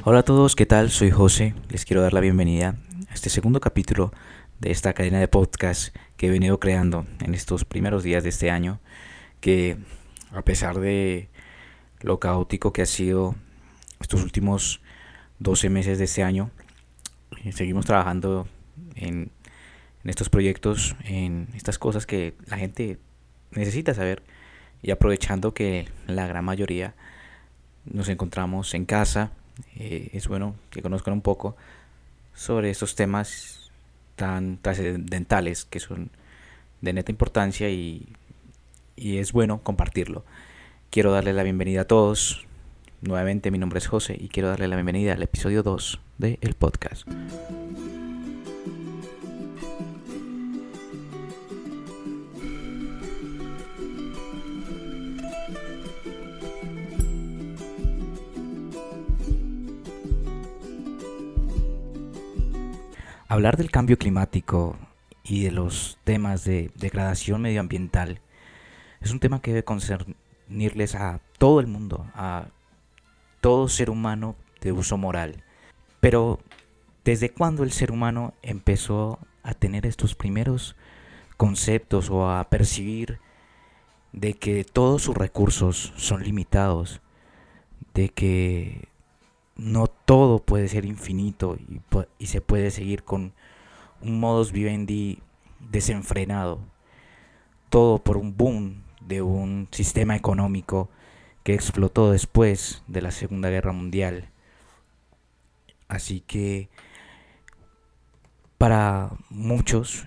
Hola a todos, ¿qué tal? Soy José. Les quiero dar la bienvenida a este segundo capítulo de esta cadena de podcast que he venido creando en estos primeros días de este año, que a pesar de lo caótico que ha sido estos últimos 12 meses de este año, seguimos trabajando en estos proyectos, en estas cosas que la gente necesita saber y aprovechando que la gran mayoría nos encontramos en casa. Es bueno que conozcan un poco sobre estos temas tan trascendentales que son de neta importancia y es bueno compartirlo. Quiero darle la bienvenida a todos. Nuevamente mi nombre es José y quiero darle la bienvenida al episodio 2 del podcast. Hablar del cambio climático y de los temas de degradación medioambiental es un tema que debe concernirles a todo el mundo, a todo ser humano de uso moral. Pero, ¿desde cuándo el ser humano empezó a tener estos primeros conceptos o a percibir de que todos sus recursos son limitados, de que no todo puede ser infinito y se puede seguir con un modus vivendi desenfrenado, todo por un boom de un sistema económico que explotó después de la Segunda Guerra Mundial? Así que para muchos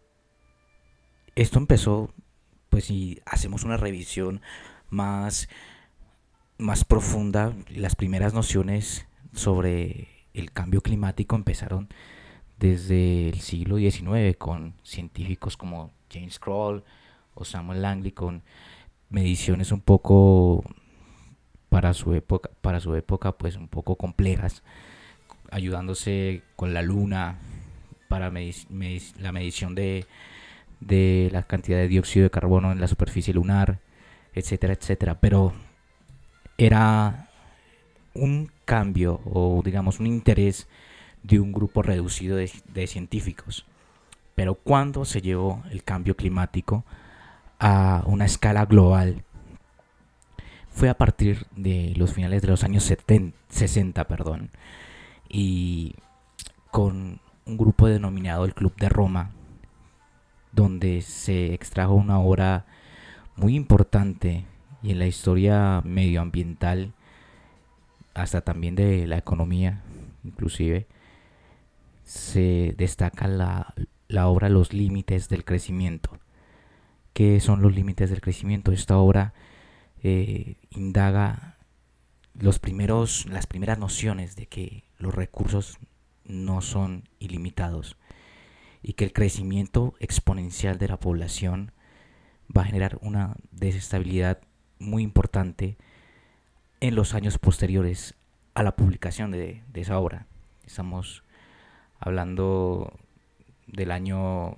esto empezó, pues si hacemos una revisión más, más profunda, las primeras nociones sobre el cambio climático empezaron desde el siglo XIX con científicos como James Kroll o Samuel Langley con mediciones un poco para su época pues un poco complejas, ayudándose con la luna para la medición de la cantidad de dióxido de carbono en la superficie lunar, etcétera, etcétera. Pero era un cambio o digamos un interés de un grupo reducido de científicos. Pero cuando se llevó el cambio climático a una escala global fue a partir de los finales de los años 60, perdón, y con un grupo denominado el Club de Roma, donde se extrajo una obra muy importante y en la historia medioambiental, hasta también de la economía, inclusive, se destaca la obra Los Límites del Crecimiento. ¿Qué son los límites del crecimiento? Esta obra indaga las primeras nociones de que los recursos no son ilimitados y que el crecimiento exponencial de la población va a generar una desestabilidad muy importante en los años posteriores a la publicación de esa obra. Estamos hablando del año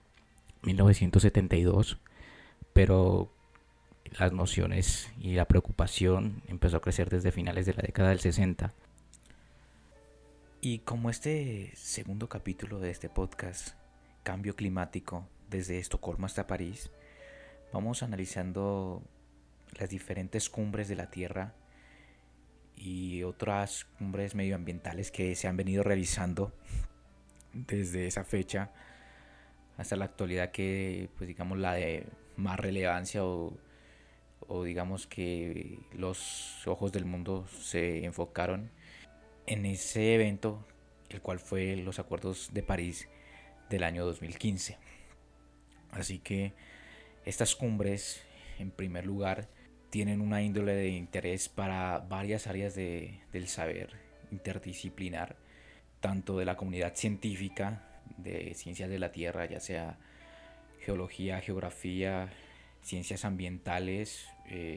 1972, pero las nociones y la preocupación empezó a crecer desde finales de la década del 60. Y como este segundo capítulo de este podcast, Cambio Climático desde Estocolmo hasta París, vamos analizando las diferentes cumbres de la Tierra y otras cumbres medioambientales que se han venido realizando desde esa fecha hasta la actualidad, que pues digamos la de más relevancia o digamos que los ojos del mundo se enfocaron en ese evento, el cual fue los Acuerdos de París del año 2015. Así que estas cumbres, en primer lugar, tienen una índole de interés para varias áreas del saber interdisciplinar, tanto de la comunidad científica, de ciencias de la Tierra, ya sea geología, geografía, ciencias ambientales,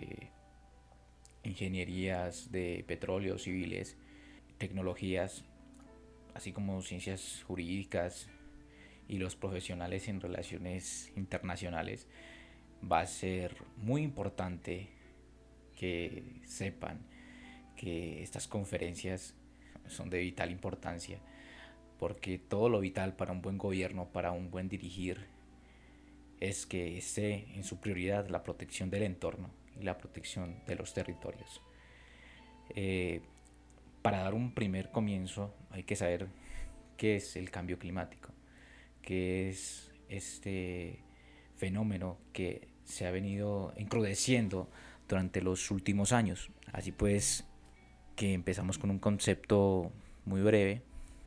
ingenierías de petróleo, civiles, tecnologías, así como ciencias jurídicas y los profesionales en relaciones internacionales. Va a ser muy importante que sepan que estas conferencias son de vital importancia, porque todo lo vital para un buen gobierno, para un buen dirigir, es que esté en su prioridad la protección del entorno y la protección de los territorios. Eh, para dar un primer comienzo hay que saber qué es el cambio climático, qué es este fenómeno que se ha venido encrudeciendo durante los últimos años. Así pues, que empezamos con un concepto muy breve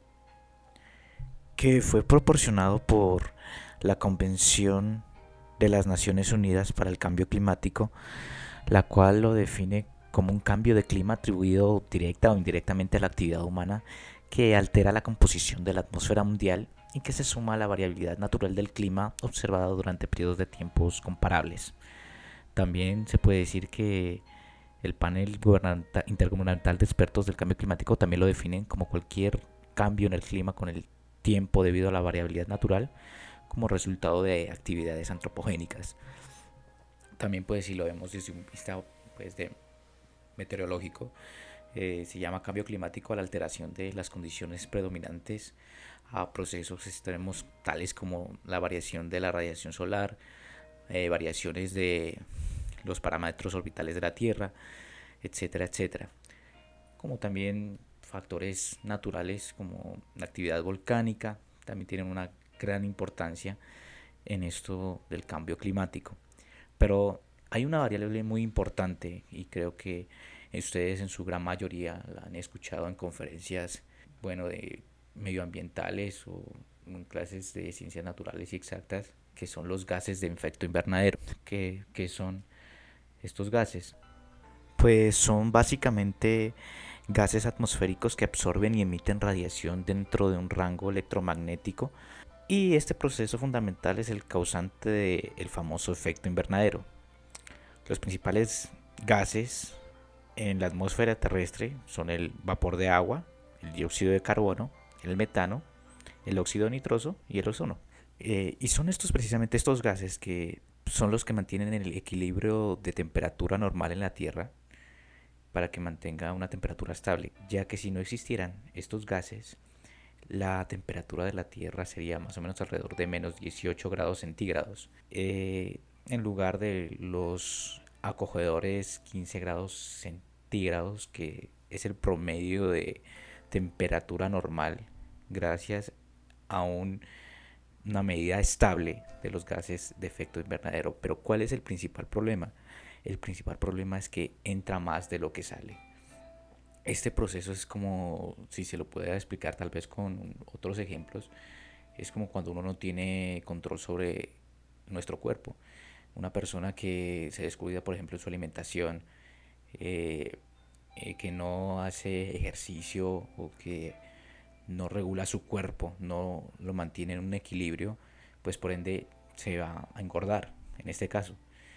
que fue proporcionado por la Convención de las Naciones Unidas para el Cambio Climático, la cual lo define como un cambio de clima atribuido directa o indirectamente a la actividad humana que altera la composición de la atmósfera mundial y que se suma a la variabilidad natural del clima observada durante periodos de tiempos comparables. También se puede decir que el panel intergubernamental de expertos del cambio climático también lo definen como cualquier cambio en el clima con el tiempo debido a la variabilidad natural como resultado de actividades antropogénicas. También pues si lo vemos desde un vista pues, de meteorológico, se llama cambio climático a la alteración de las condiciones predominantes a procesos extremos tales como la variación de la radiación solar, variaciones de los parámetros orbitales de la Tierra, etcétera, etcétera. Como también factores naturales como la actividad volcánica también tienen una gran importancia en esto del cambio climático. Pero hay una variable muy importante y creo que ustedes en su gran mayoría la han escuchado en conferencias, bueno, de medioambientales o en clases de ciencias naturales y exactas, que son los gases de efecto invernadero. ¿Qué son estos gases? Pues son básicamente gases atmosféricos que absorben y emiten radiación dentro de un rango electromagnético, y este proceso fundamental es el causante del famoso efecto invernadero. Los principales gases en la atmósfera terrestre son el vapor de agua, el dióxido de carbono, el metano, el óxido nitroso y el ozono. Y son precisamente estos gases que son los que mantienen el equilibrio de temperatura normal en la Tierra para que mantenga una temperatura estable, ya que si no existieran estos gases, la temperatura de la Tierra sería más o menos alrededor de menos 18 grados centígrados, en lugar de los acogedores 15 grados centígrados, que es el promedio de temperatura normal gracias a una medida estable de los gases de efecto invernadero. Pero ¿cuál es el principal problema? El principal problema es que entra más de lo que sale. Este proceso es como, si se lo puede explicar tal vez con otros ejemplos, es como cuando uno no tiene control sobre nuestro cuerpo. Una persona que se descuida, por ejemplo, en su alimentación, que no hace ejercicio o que no regula su cuerpo, no lo mantiene en un equilibrio, pues por ende se va a engordar. En este caso,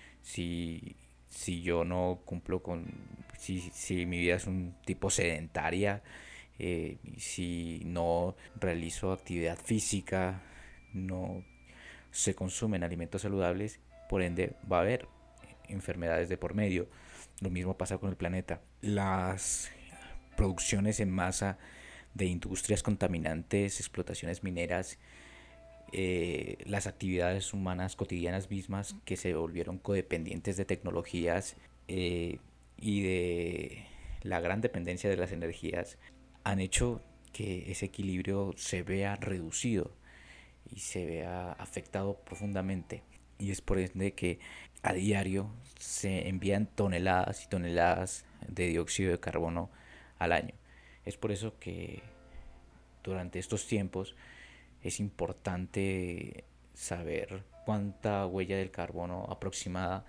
si yo no cumplo con, si mi vida es un tipo sedentaria, si no realizo actividad física, no se consumen alimentos saludables, por ende va a haber enfermedades de por medio. Lo mismo pasa con el planeta. Las producciones en masa de industrias contaminantes, explotaciones mineras, las actividades humanas cotidianas mismas que se volvieron codependientes de tecnologías, y de la gran dependencia de las energías han hecho que ese equilibrio se vea reducido y se vea afectado profundamente. Y es por ende que a diario se envían toneladas y toneladas de dióxido de carbono al año. Es por eso que durante estos tiempos es importante saber cuánta huella del carbono aproximada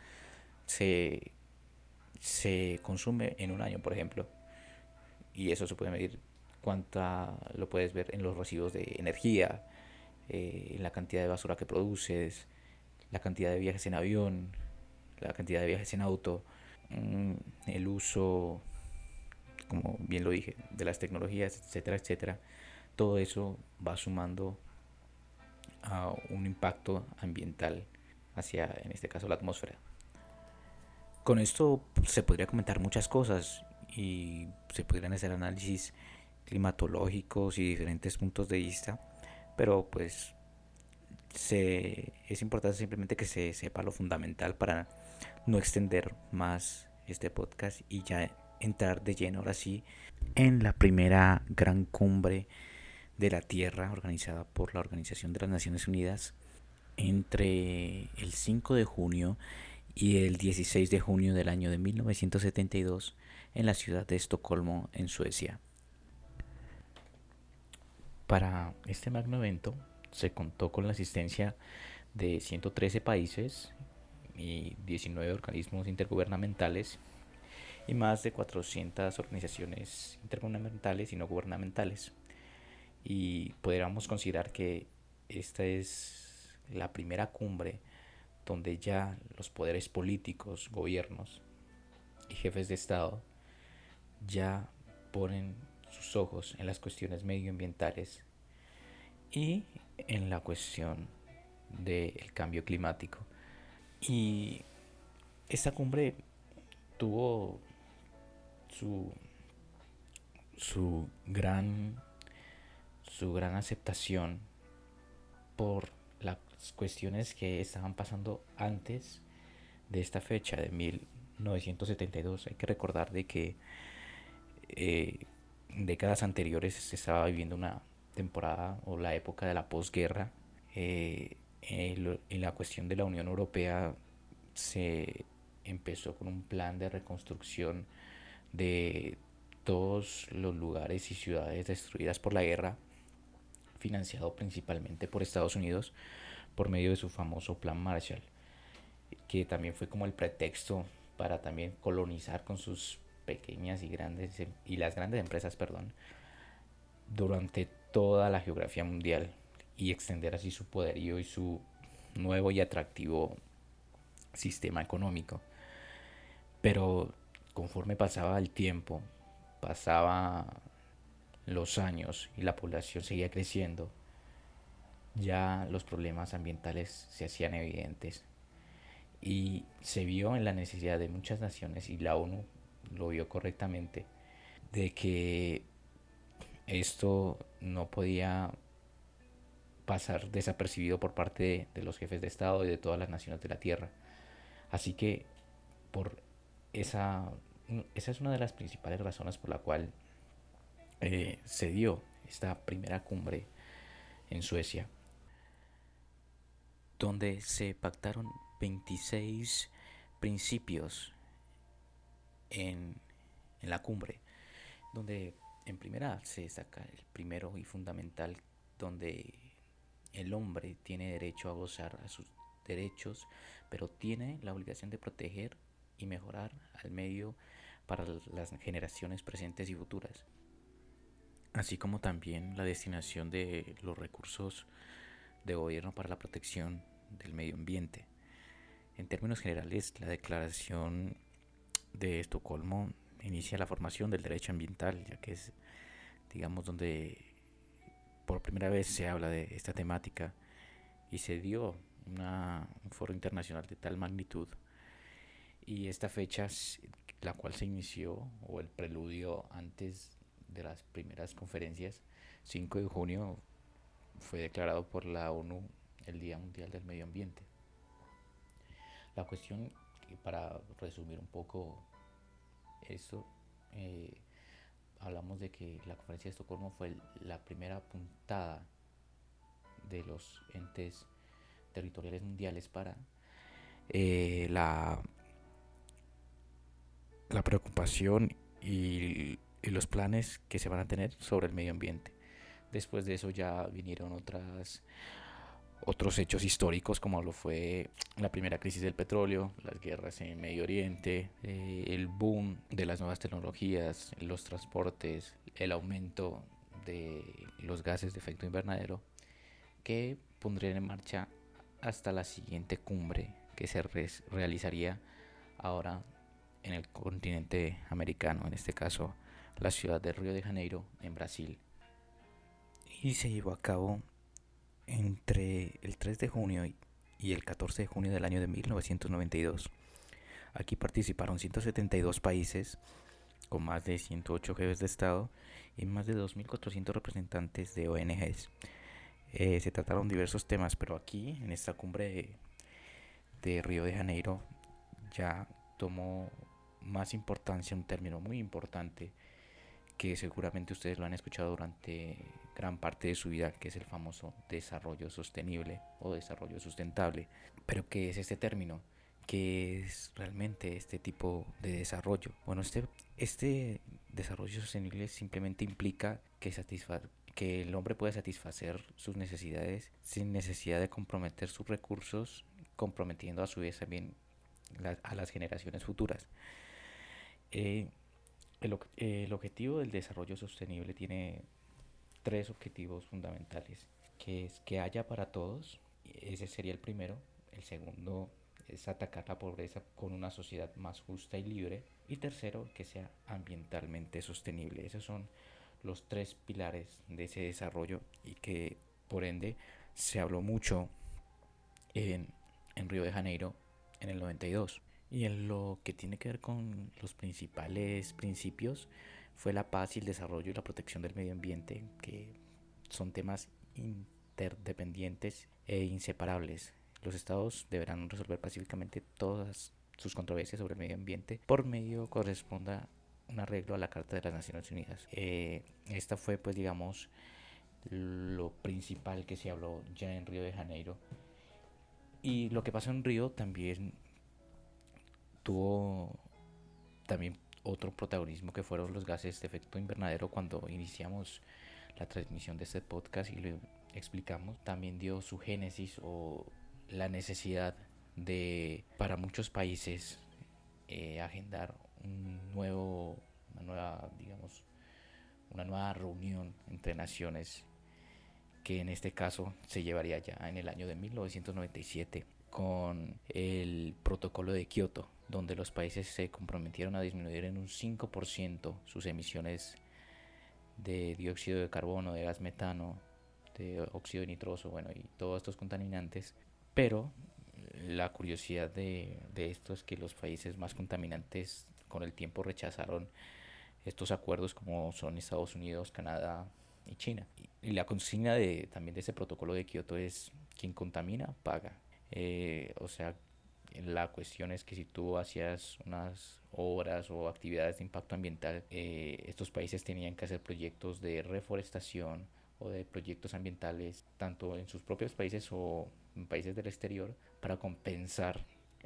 se consume en un año, por ejemplo. Y eso se puede medir, cuánta lo puedes ver en los residuos de energía, en la cantidad de basura que produces, la cantidad de viajes en avión, la cantidad de viajes en auto, el uso, como bien lo dije, de las tecnologías, etcétera, etcétera. Todo eso va sumando a un impacto ambiental hacia, en este caso, la atmósfera. Con esto se podría comentar muchas cosas y se podrían hacer análisis climatológicos y diferentes puntos de vista, pero pues es importante simplemente que se sepa lo fundamental para no extender más este podcast y ya entrar de lleno ahora sí en la primera gran cumbre de la Tierra organizada por la Organización de las Naciones Unidas entre el 5 de junio y el 16 de junio del año de 1972 en la ciudad de Estocolmo, en Suecia. Para este magno evento se contó con la asistencia de 113 países y 19 organismos intergubernamentales y más de 400 organizaciones intergubernamentales y no gubernamentales. Y podríamos considerar que esta es la primera cumbre donde ya los poderes políticos, gobiernos y jefes de Estado ya ponen sus ojos en las cuestiones medioambientales y en la cuestión del cambio climático. Y esta cumbre tuvo su, su gran aceptación por las cuestiones que estaban pasando antes de esta fecha de 1972. Hay que recordar de que en décadas anteriores se estaba viviendo una temporada o la época de la posguerra. En la cuestión de la Unión Europea se empezó con un plan de reconstrucción de todos los lugares y ciudades destruidas por la guerra, financiado principalmente por Estados Unidos por medio de su famoso Plan Marshall, que también fue como el pretexto para también colonizar con sus pequeñas y las grandes empresas, durante toda la geografía mundial y extender así su poderío y su nuevo y atractivo sistema económico. Pero conforme pasaba el tiempo, pasaba los años y la población seguía creciendo, ya los problemas ambientales se hacían evidentes y se vio en la necesidad de muchas naciones, y la ONU lo vio correctamente, de que esto no podía pasar desapercibido por parte de los jefes de Estado y de todas las naciones de la Tierra. Así que por esa es una de las principales razones por la cual se dio esta primera cumbre en Suecia, donde se pactaron 26 principios en la cumbre, donde en primera se destaca el primero y fundamental, donde el hombre tiene derecho a gozar a sus derechos, pero tiene la obligación de proteger y mejorar al medio para las generaciones presentes y futuras, así como también la destinación de los recursos de gobierno para la protección del medio ambiente. En términos generales, la Declaración de Estocolmo inicia la formación del derecho ambiental, ya que es, digamos, donde por primera vez se habla de esta temática y se dio un foro internacional de tal magnitud. Y esta fecha, la cual se inició, o el preludio antes de las primeras conferencias, 5 de junio, fue declarado por la ONU el Día Mundial del Medio Ambiente. La cuestión, para resumir un poco esto, hablamos de que la conferencia de Estocolmo fue la primera puntada de los entes territoriales mundiales para la preocupación y los planes que se van a tener sobre el medio ambiente. Después de eso ya vinieron otros hechos históricos, como lo fue la primera crisis del petróleo, las guerras en Medio Oriente, el boom de las nuevas tecnologías, los transportes, el aumento de los gases de efecto invernadero, que pondrían en marcha hasta la siguiente cumbre que se realizaría ahora en el continente americano, en este caso la ciudad de Río de Janeiro, en Brasil. Y se llevó a cabo entre el 3 de junio y el 14 de junio del año de 1992. Aquí participaron 172 países con más de 108 jefes de Estado y más de 2.400 representantes de ONGs. Se trataron diversos temas, pero aquí, en esta cumbre de Río de Janeiro, ya tomó más importancia un término muy importante que seguramente ustedes lo han escuchado durante gran parte de su vida, que es el famoso desarrollo sostenible o desarrollo sustentable. Pero ¿qué es este término? ¿Qué es realmente este tipo de desarrollo? Bueno, este desarrollo sostenible simplemente implica que el hombre puede satisfacer sus necesidades sin necesidad de comprometer sus recursos, comprometiendo a su vez también a las generaciones futuras. Eh, el objetivo del desarrollo sostenible tiene tres objetivos fundamentales, que es que haya para todos, ese sería el primero. El segundo es atacar la pobreza con una sociedad más justa y libre. Y tercero, que sea ambientalmente sostenible. Esos son los tres pilares de ese desarrollo y que por ende se habló mucho en Río de Janeiro en el 92. Y en lo que tiene que ver con los principales principios fue la paz y el desarrollo y la protección del medio ambiente, que son temas interdependientes e inseparables. Los estados deberán resolver pacíficamente todas sus controversias sobre el medio ambiente por medio corresponda un arreglo a la Carta de las Naciones Unidas. Esta fue, pues digamos, lo principal que se habló ya en Río de Janeiro. Y lo que pasó en Río también tuvo también otro protagonismo, que fueron los gases de efecto invernadero. Cuando iniciamos la transmisión de este podcast y lo explicamos, también dio su génesis o la necesidad de, para muchos países, agendar una nueva reunión entre naciones, que en este caso se llevaría ya en el año de 1997 con el protocolo de Kioto, donde los países se comprometieron a disminuir en un 5% sus emisiones de dióxido de carbono, de gas metano, de óxido de nitroso, bueno, y todos estos contaminantes. Pero la curiosidad de esto es que los países más contaminantes con el tiempo rechazaron estos acuerdos, como son Estados Unidos, Canadá y China. Y la consigna también de ese protocolo de Kioto es: quien contamina paga. O sea, la cuestión es que si tú hacías unas obras o actividades de impacto ambiental, estos países tenían que hacer proyectos de reforestación o de proyectos ambientales, tanto en sus propios países o en países del exterior, para compensar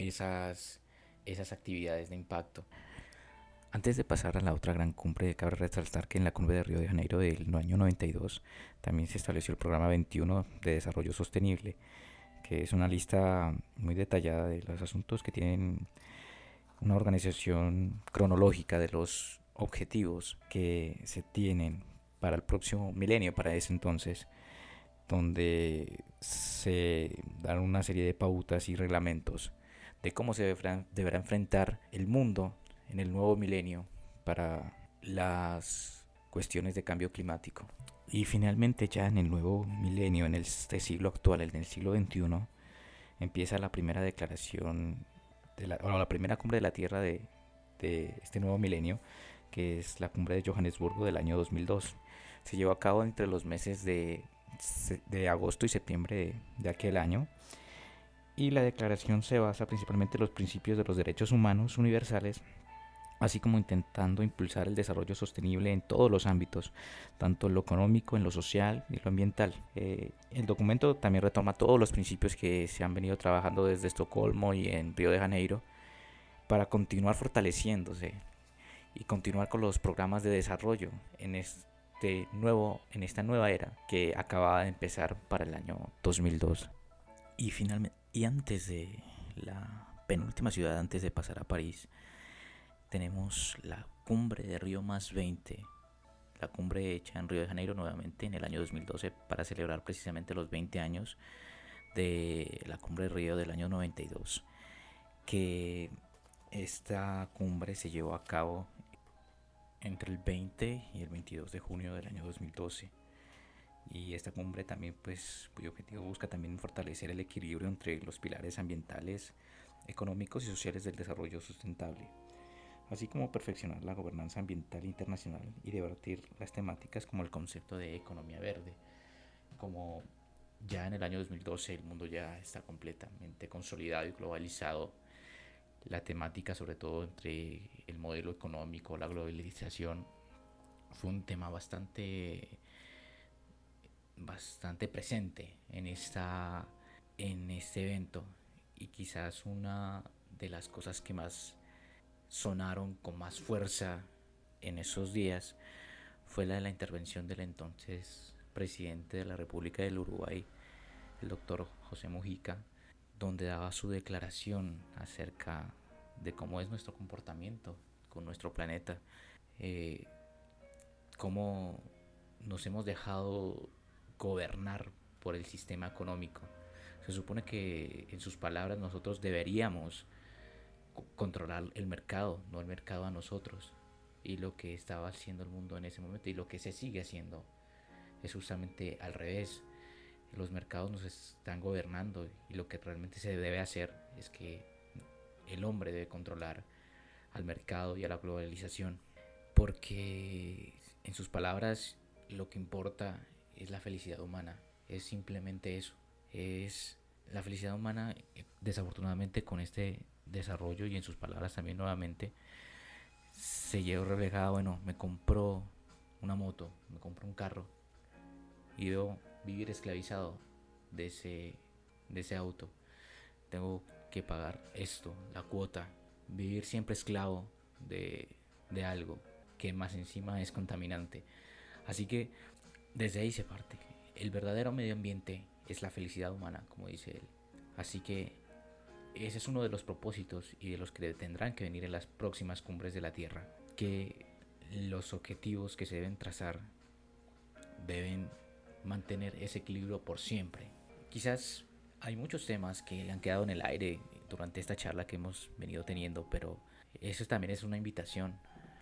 esas actividades de impacto. Antes de pasar a la otra gran cumbre, cabe resaltar que en la cumbre de Río de Janeiro del año 92 también se estableció el programa 21 de desarrollo sostenible, que es una lista muy detallada de los asuntos que tienen una organización cronológica de los objetivos que se tienen para el próximo milenio, para ese entonces, donde se dan una serie de pautas y reglamentos de cómo se deberá enfrentar el mundo en el nuevo milenio para las cuestiones de cambio climático. Y finalmente, ya en el nuevo milenio, en este siglo actual, en el siglo XXI, empieza la primera declaración, la primera cumbre de la Tierra de este nuevo milenio, que es la cumbre de Johannesburgo del año 2002. Se llevó a cabo entre los meses de agosto y septiembre de aquel año. Y la declaración se basa principalmente en los principios de los derechos humanos universales, así como intentando impulsar el desarrollo sostenible en todos los ámbitos, tanto en lo económico, en lo social y lo ambiental. El documento también retoma todos los principios que se han venido trabajando desde Estocolmo y en Río de Janeiro para continuar fortaleciéndose y continuar con los programas de desarrollo en esta nueva era que acababa de empezar para el año 2002. Y finalmente, y antes de la penúltima ciudad, antes de pasar a París, tenemos la cumbre de Río más 20, la cumbre hecha en Río de Janeiro nuevamente en el año 2012 para celebrar precisamente los 20 años de la cumbre de Río del año 92, que esta cumbre se llevó a cabo entre el 20 y el 22 de junio del año 2012. Y esta cumbre también, pues, cuyo objetivo busca también fortalecer el equilibrio entre los pilares ambientales, económicos y sociales del desarrollo sustentable. así como perfeccionar la gobernanza ambiental internacional y debatir las temáticas como el concepto de economía verde. Como ya en el año 2012 el mundo ya está completamente consolidado y globalizado, la temática, sobre todo entre el modelo económico, la globalización, fue un tema bastante presente en este evento, y quizás una de las cosas que más sonaron con más fuerza en esos días fue la de la intervención del entonces presidente de la República del Uruguay, el doctor José Mujica, donde daba su declaración acerca de cómo es nuestro comportamiento con nuestro planeta, eh, cómo nos hemos dejado gobernar por el sistema económico. Se supone que, en sus palabras, nosotros deberíamos controlar el mercado, no el mercado a nosotros. Y lo que estaba haciendo el mundo en ese momento y lo que se sigue haciendo es justamente al revés. Los mercados nos están gobernando y lo que realmente se debe hacer es que el hombre debe controlar al mercado y a la globalización, porque en sus palabras lo que importa es la felicidad humana, es simplemente eso, es la felicidad humana. Desafortunadamente, con este desarrollo, y en sus palabras también nuevamente, se llevó reflejada, bueno, me compro una moto, me compro un carro y debo vivir esclavizado de ese auto. Tengo que pagar esto, la cuota, vivir siempre esclavo de algo que más encima es contaminante. Así que desde ahí se parte. El verdadero medio ambiente es la felicidad humana, como dice él. Así que ese es uno de los propósitos y de los que tendrán que venir en las próximas cumbres de la Tierra. Que los objetivos que se deben trazar deben mantener ese equilibrio por siempre. Quizás hay muchos temas que le han quedado en el aire durante esta charla que hemos venido teniendo, pero eso también es una invitación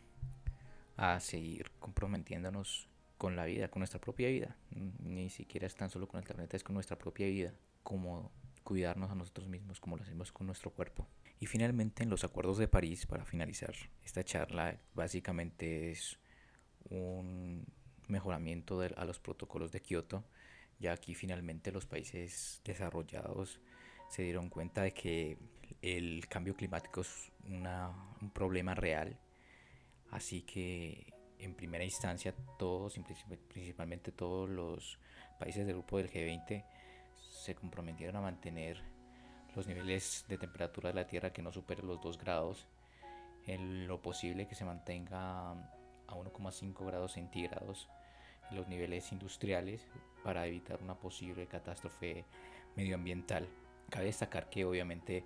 a seguir comprometiéndonos con la vida, con nuestra propia vida. Ni siquiera es tan solo con el planeta, es con nuestra propia vida, como cuidarnos a nosotros mismos, como lo hacemos con nuestro cuerpo. Y finalmente, en los acuerdos de París, para finalizar esta charla, básicamente es un mejoramiento a los protocolos de Kioto. Ya aquí finalmente los países desarrollados se dieron cuenta de que el cambio climático es un problema real. Así que en primera instancia todos, principalmente todos los países del grupo del G20, se comprometieron a mantener los niveles de temperatura de la Tierra que no superen los 2 grados, en lo posible que se mantenga a 1,5 grados centígrados en los niveles industriales, para evitar una posible catástrofe medioambiental. Cabe destacar que obviamente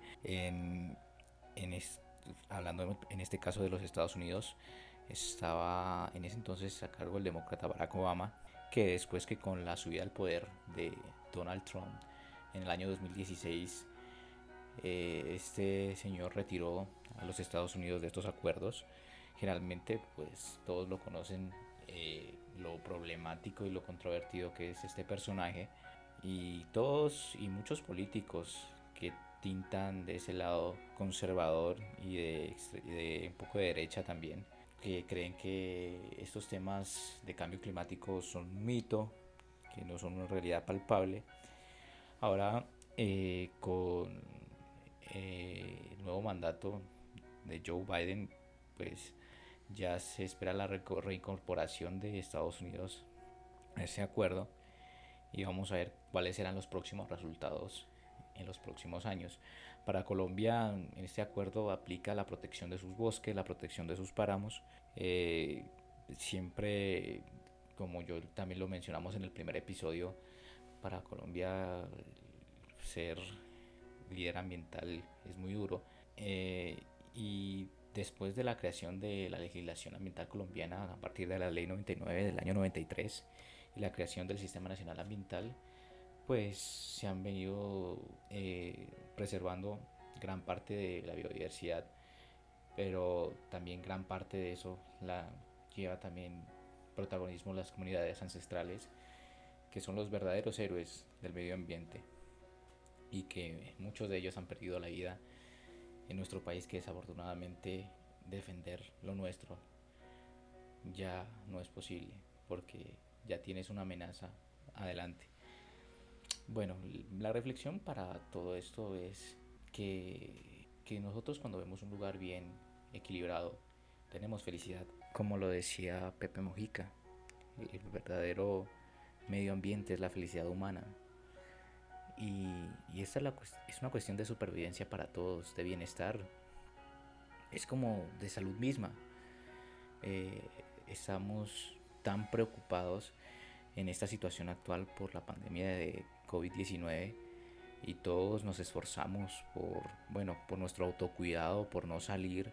hablando en este caso de los Estados Unidos, estaba en ese entonces a cargo el demócrata Barack Obama, que después, que con la subida al poder de Donald Trump en el año 2016, este señor retiró a los Estados Unidos de estos acuerdos. Generalmente pues todos lo conocen, lo problemático y lo controvertido que es este personaje, y todos y muchos políticos que tintan de ese lado conservador y de un poco de derecha también, que creen que estos temas de cambio climático son un mito, que no son una realidad palpable. Ahora, con el nuevo mandato de Joe Biden, pues ya se espera la reincorporación de Estados Unidos a ese acuerdo, y vamos a ver cuáles serán los próximos resultados en los próximos años. Para Colombia, en este acuerdo aplica la protección de sus bosques, la protección de sus páramos. Siempre, como yo también lo mencionamos en el primer episodio, para Colombia ser líder ambiental es muy duro. Y después de la creación de la legislación ambiental colombiana a partir de la ley 99 del año 93 y la creación del Sistema Nacional Ambiental, pues se han venido preservando gran parte de la biodiversidad, pero también gran parte de eso la lleva también protagonismo las comunidades ancestrales, que son los verdaderos héroes del medio ambiente, y que muchos de ellos han perdido la vida en nuestro país, que desafortunadamente defender lo nuestro ya no es posible, porque ya tienes una amenaza adelante. Bueno, la reflexión para todo esto es que nosotros cuando vemos un lugar bien equilibrado, tenemos felicidad. Como lo decía Pepe Mujica, el verdadero medio ambiente es la felicidad humana. Y esta es una cuestión de supervivencia para todos, de bienestar. Es como de salud misma. Estamos tan preocupados en esta situación actual por la pandemia de COVID-19 y todos nos esforzamos por nuestro autocuidado, por no salir,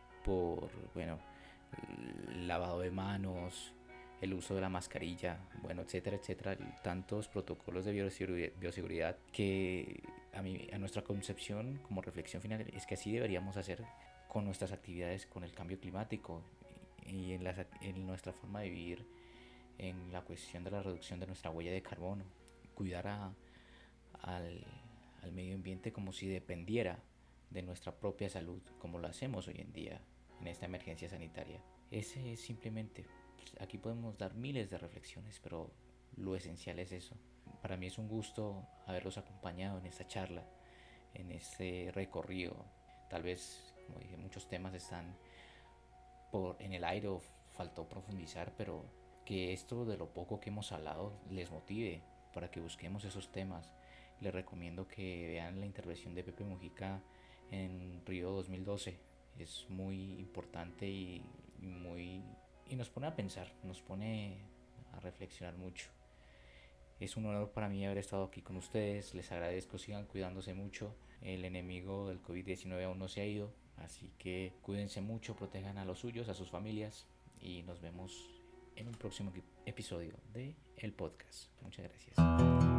el lavado de manos, el uso de la mascarilla, etcétera, etcétera, tantos protocolos de bioseguridad que a nuestra concepción como reflexión final es que así deberíamos hacer con nuestras actividades con el cambio climático y en nuestra forma de vivir, en la cuestión de la reducción de nuestra huella de carbono, cuidar al, al medio ambiente como si dependiera de nuestra propia salud, como lo hacemos hoy en día en esta emergencia sanitaria. Ese es simplemente, aquí podemos dar miles de reflexiones, pero lo esencial es eso. Para mí es un gusto haberlos acompañado en esta charla, en este recorrido. Tal vez, como dije, muchos temas están en el aire o faltó profundizar, pero que esto de lo poco que hemos hablado les motive para que busquemos esos temas. Les recomiendo que vean la intervención de Pepe Mujica en Río 2012. Es muy importante y nos pone a pensar, nos pone a reflexionar mucho. Es un honor para mí haber estado aquí con ustedes. Les agradezco, sigan cuidándose mucho. El enemigo del COVID-19 aún no se ha ido, así que cuídense mucho, protejan a los suyos, a sus familias y nos vemos en un próximo episodio de El Podcast. Muchas gracias.